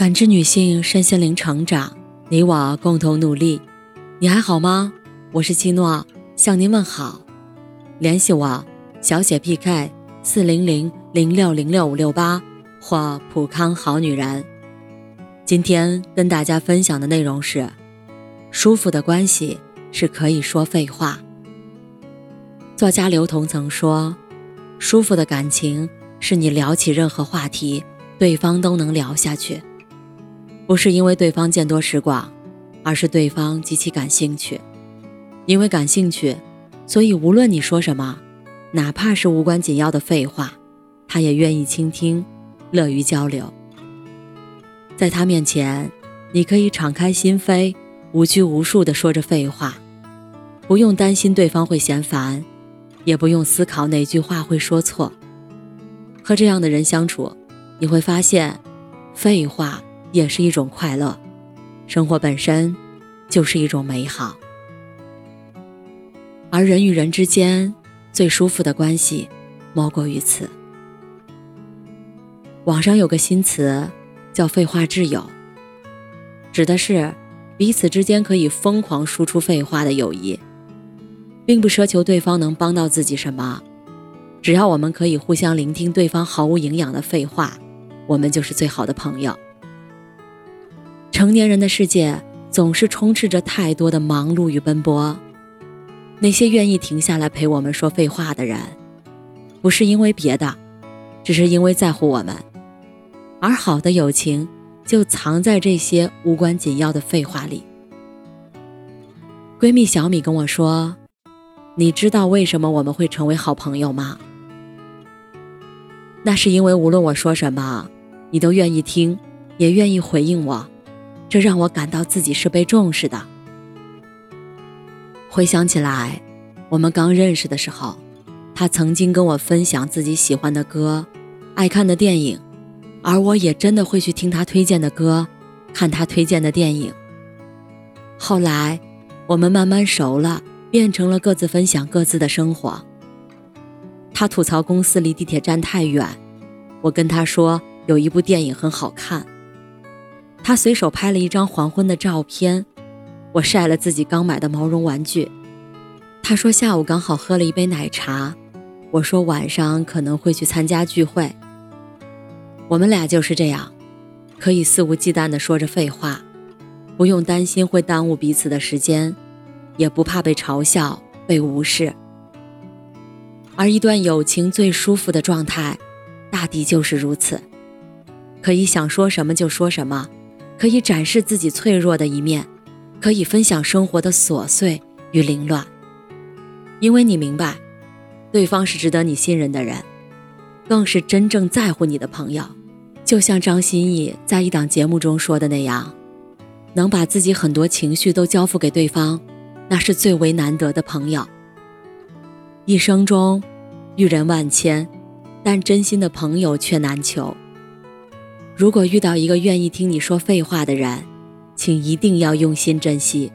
感知女性身心灵成长，你我共同努力。你还好吗？我是七诺，向您问好。联系我小写 PK 400060658或普康好女人。今天跟大家分享的内容是：舒服的关系是可以说废话。作家刘同曾说，舒服的感情是你聊起任何话题，对方都能聊下去，不是因为对方见多识广，而是对方极其感兴趣。因为感兴趣，所以无论你说什么，哪怕是无关紧要的废话，他也愿意倾听，乐于交流。在他面前，你可以敞开心扉，无拘无束地说着废话，不用担心对方会嫌烦，也不用思考哪句话会说错。和这样的人相处，你会发现，废话也是一种快乐，生活本身就是一种美好。而人与人之间最舒服的关系莫过于此。网上有个新词叫废话挚友，指的是彼此之间可以疯狂输出废话的友谊，并不奢求对方能帮到自己什么，只要我们可以互相聆听对方毫无营养的废话，我们就是最好的朋友。成年人的世界总是充斥着太多的忙碌与奔波，那些愿意停下来陪我们说废话的人，不是因为别的，只是因为在乎我们。而好的友情就藏在这些无关紧要的废话里。闺蜜小米跟我说，你知道为什么我们会成为好朋友吗？那是因为无论我说什么，你都愿意听，也愿意回应我，这让我感到自己是被重视的。回想起来，我们刚认识的时候，他曾经跟我分享自己喜欢的歌，爱看的电影，而我也真的会去听他推荐的歌，看他推荐的电影。后来我们慢慢熟了，变成了各自分享各自的生活。他吐槽公司离地铁站太远，我跟他说有一部电影很好看。他随手拍了一张黄昏的照片，我晒了自己刚买的毛绒玩具。他说下午刚好喝了一杯奶茶，我说晚上可能会去参加聚会。我们俩就是这样，可以肆无忌惮地说着废话，不用担心会耽误彼此的时间，也不怕被嘲笑，被无视。而一段友情最舒服的状态，大抵就是如此，可以想说什么就说什么，可以展示自己脆弱的一面，可以分享生活的琐碎与凌乱。因为你明白，对方是值得你信任的人，更是真正在乎你的朋友。就像张歆艺在一档节目中说的那样，能把自己很多情绪都交付给对方，那是最为难得的朋友。一生中遇人万千，但真心的朋友却难求。如果遇到一个愿意听你说废话的人，请一定要用心珍惜。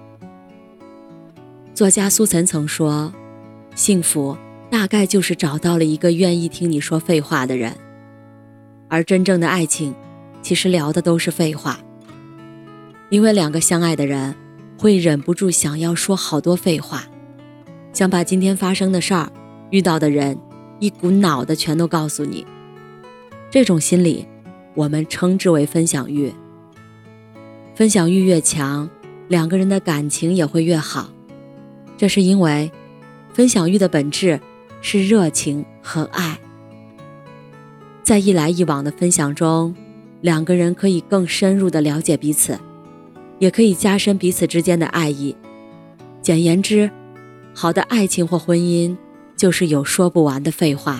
作家苏岑曾说，幸福大概就是找到了一个愿意听你说废话的人。而真正的爱情，其实聊的都是废话。因为两个相爱的人会忍不住想要说好多废话，想把今天发生的事儿，遇到的人，一股脑的全都告诉你。这种心理，我们称之为分享欲。分享欲越强，两个人的感情也会越好。这是因为分享欲的本质是热情和爱。在一来一往的分享中，两个人可以更深入地了解彼此，也可以加深彼此之间的爱意。简言之，好的爱情或婚姻就是有说不完的废话。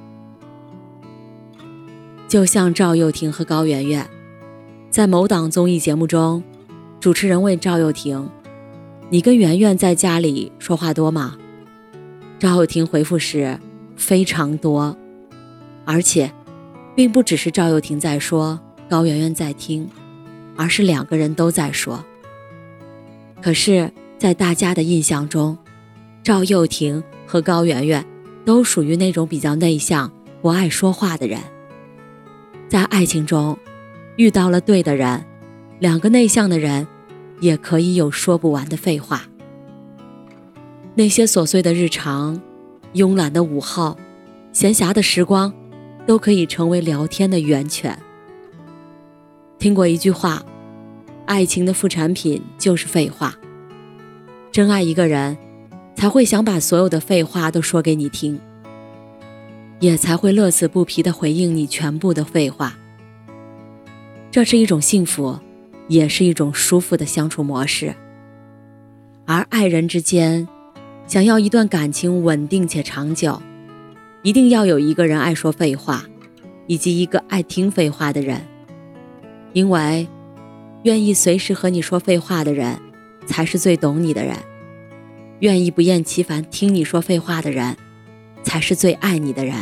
就像赵又廷和高圆圆，在某档综艺节目中，主持人问赵又廷，你跟圆圆在家里说话多吗？赵又廷回复是非常多，而且并不只是赵又廷在说，高圆圆在听，而是两个人都在说。可是在大家的印象中，赵又廷和高圆圆都属于那种比较内向、不爱说话的人。在爱情中， 遇到了对的人，两个内向的人也可以有说不完的废话。那些琐碎的日常，慵懒的午后，闲暇的时光，都可以成为聊天的源泉。听过一句话，爱情的副产品就是废话。真爱一个人，才会想把所有的废话都说给你听，也才会乐此不疲地回应你全部的废话。这是一种幸福，也是一种舒服的相处模式。而爱人之间，想要一段感情稳定且长久，一定要有一个人爱说废话，以及一个爱听废话的人。因为愿意随时和你说废话的人，才是最懂你的人；愿意不厌其烦听你说废话的人，才是最爱你的人。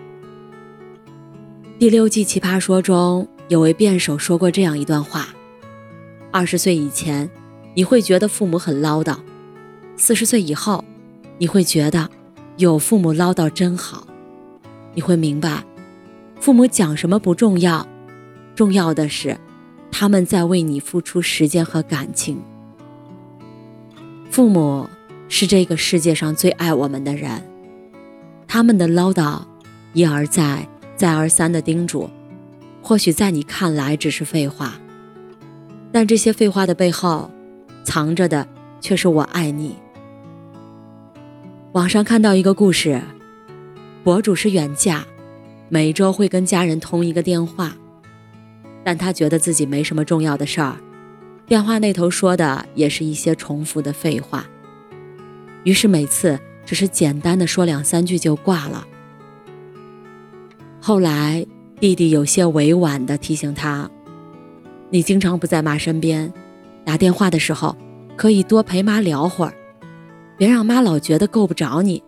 第6季奇葩说中，有位辩手说过这样一段话：20岁以前，你会觉得父母很唠叨；40岁以后，你会觉得有父母唠叨真好。你会明白，父母讲什么不重要，重要的是他们在为你付出时间和感情。父母是这个世界上最爱我们的人，他们的唠叨一而再再而三的叮嘱，或许在你看来只是废话，但这些废话的背后藏着的却是我爱你。网上看到一个故事，博主是远嫁，每周会跟家人通一个电话，但他觉得自己没什么重要的事儿，电话那头说的也是一些重复的废话，于是每次只是简单的说2、3句就挂了。后来弟弟有些委婉地提醒他，你经常不在妈身边，打电话的时候可以多陪妈聊会儿，别让妈老觉得够不着你。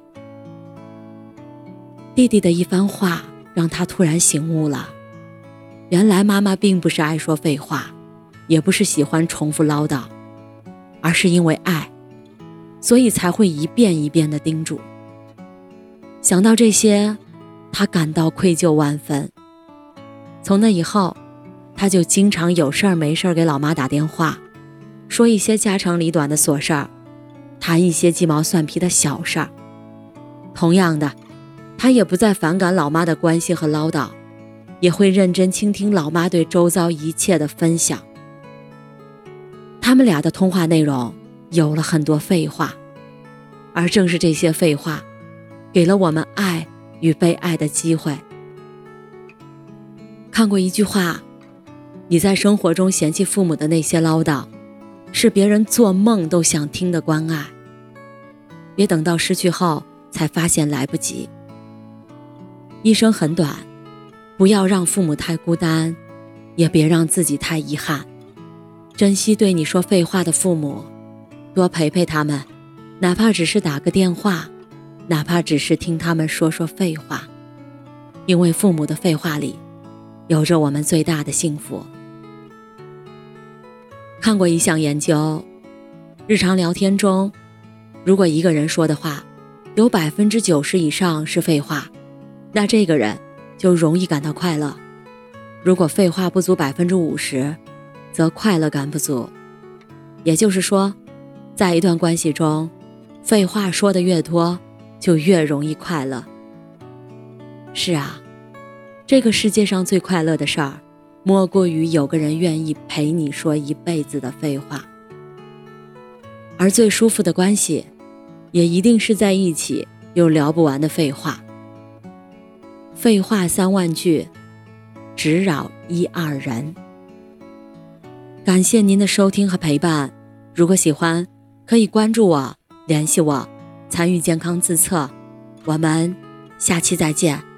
弟弟的一番话让他突然醒悟了，原来妈妈并不是爱说废话，也不是喜欢重复唠叨，而是因为爱，所以才会一遍一遍地叮嘱。想到这些，他感到愧疚万分。从那以后，他就经常有事儿没事儿给老妈打电话，说一些家长里短的琐事儿，谈一些鸡毛蒜皮的小事儿。同样的，他也不再反感老妈的关心和唠叨，也会认真倾听老妈对周遭一切的分享。他们俩的通话内容有了很多废话，而正是这些废话，给了我们爱与被爱的机会。看过一句话，你在生活中嫌弃父母的那些唠叨，是别人做梦都想听的关爱。别等到失去后才发现来不及。一生很短，不要让父母太孤单，也别让自己太遗憾。珍惜对你说废话的父母，多陪陪他们，哪怕只是打个电话，哪怕只是听他们说说废话。因为父母的废话里有着我们最大的幸福。看过一项研究，日常聊天中，如果一个人说的话有90%以上是废话，那这个人就容易感到快乐。如果废话不足50%，则快乐感不足。也就是说，在一段关系中，废话说得越多，就越容易快乐。是啊，这个世界上最快乐的事儿，莫过于有个人愿意陪你说一辈子的废话。而最舒服的关系，也一定是在一起有聊不完的废话。废话3万句，只扰1、2人。感谢您的收听和陪伴，如果喜欢，可以关注我，联系我，参与健康自测。我们下期再见。